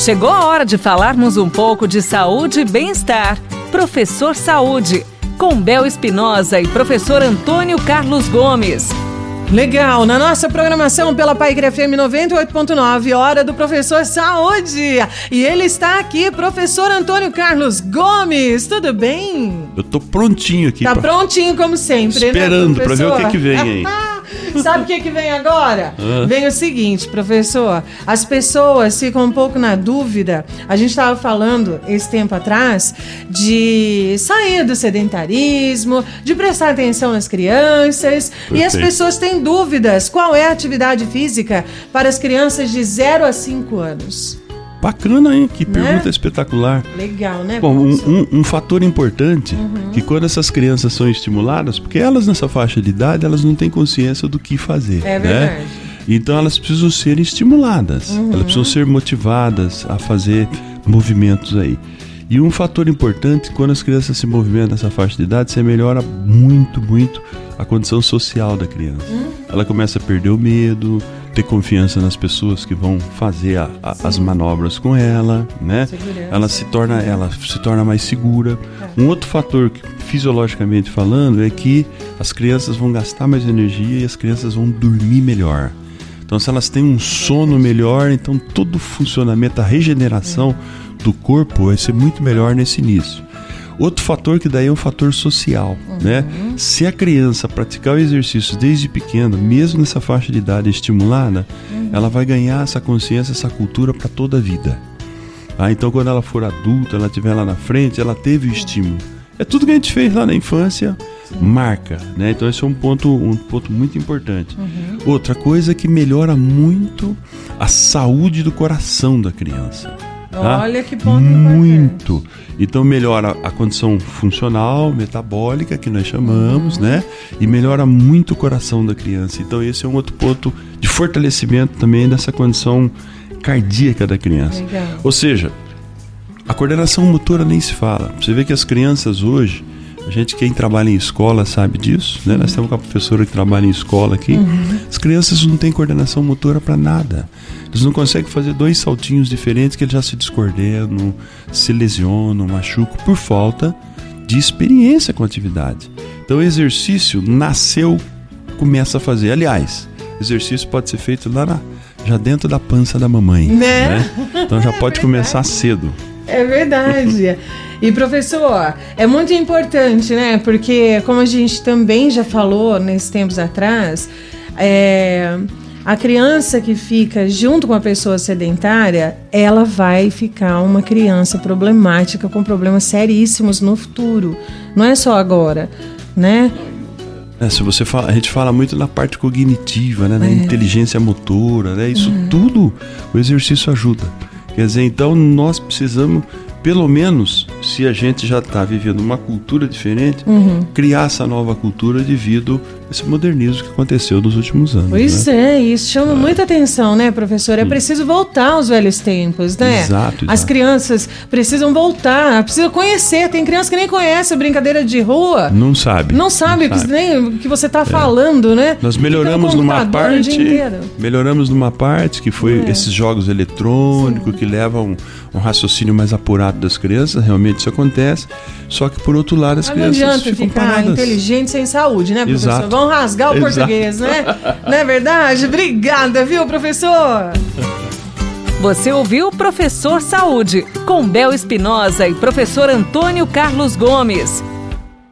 Chegou a hora de falarmos um pouco de saúde e bem-estar. Professor Saúde, com Bel Espinosa e professor Antônio Carlos Gomes. Legal, na nossa programação pela Paiquerê FM 98.9, hora do Professor Saúde. E ele está aqui, professor Antônio Carlos Gomes, tudo bem? Eu tô prontinho aqui. Tá prontinho como sempre, esperando, né, pra ver o que vem aí. Sabe o que vem agora? Vem o seguinte, professor, as pessoas ficam um pouco na dúvida. A gente estava falando esse tempo atrás de sair do sedentarismo, de prestar atenção nas crianças. Perfeito. E as pessoas têm dúvidas. Qual é a atividade física para as crianças de 0 a 5 anos? Bacana, hein? Que pergunta espetacular. Legal, né? Bom, um fator importante, que quando essas crianças são estimuladas, porque elas nessa faixa de idade, elas não têm consciência do que fazer. É verdade. Né? Então elas precisam ser estimuladas, elas precisam ser motivadas a fazer movimentos aí. E um fator importante, quando as crianças se movimentam nessa faixa de idade, você melhora muito, muito a condição social da criança. Ela começa a perder o medo, ter confiança nas pessoas que vão fazer as manobras com ela, né? Ela se torna mais segura. Um outro fator, fisiologicamente falando, é que as crianças vão gastar mais energia e as crianças vão dormir melhor. Então, se elas têm um sono melhor, então todo o funcionamento, a regeneração do corpo vai ser muito melhor nesse início. Outro fator que daí é um fator social, né? Se a criança praticar o exercício desde pequena, mesmo nessa faixa de idade estimulada, ela vai ganhar essa consciência, essa cultura para toda a vida. Então, quando ela for adulta, ela estiver lá na frente, ela teve o estímulo. É tudo que a gente fez lá na infância, marca, né? Então esse é um ponto muito importante. Outra coisa que melhora muito a saúde do coração da criança. Tá? Olha que ponto muito. Então melhora a condição funcional, metabólica, que nós chamamos, né? E melhora muito o coração da criança. Então esse é um outro ponto de fortalecimento também dessa condição cardíaca da criança. Legal. Ou seja, a coordenação motora nem se fala. Você vê que as crianças hoje, quem trabalha em escola sabe disso, né? Nós temos uma professora que trabalha em escola aqui. As crianças não têm coordenação motora para nada. Eles não conseguem fazer 2 saltinhos diferentes que eles já se descoordenam, se lesionam, machucam por falta de experiência com a atividade. Então o exercício nasceu, começa a fazer. Aliás, exercício pode ser feito já dentro da pança da mamãe, né? Então já pode começar cedo. É verdade. E professor, é muito importante, né? Porque como a gente também já falou nesses tempos atrás, a criança que fica junto com a pessoa sedentária, ela vai ficar uma criança problemática, com problemas seríssimos no futuro. Não é só agora, né? Se você fala, a gente fala muito na parte cognitiva, né? Na inteligência motora, né? Isso tudo o exercício ajuda. Quer dizer, então nós precisamos, pelo menos, se a gente já está vivendo uma cultura diferente, criar essa nova cultura devido a esse modernismo que aconteceu nos últimos anos. Pois é, isso chama muita atenção, né, professor? É preciso voltar aos velhos tempos, né? Exato. As crianças precisam voltar, precisam conhecer. Tem criança que nem conhece a brincadeira de rua. Não sabe Nem o que você está falando, né? Nós melhoramos numa parte que foi esses jogos eletrônicos que levam um raciocínio mais apurado das crianças. Realmente isso acontece. Só que por outro lado as crianças ficam paradas. Não adianta ficar inteligente sem saúde, né, professor? Exato. Vão rasgar o português, né? Não é verdade? Obrigada, viu, professor? Você ouviu Professor Saúde, com Bel Espinosa e professor Antônio Carlos Gomes.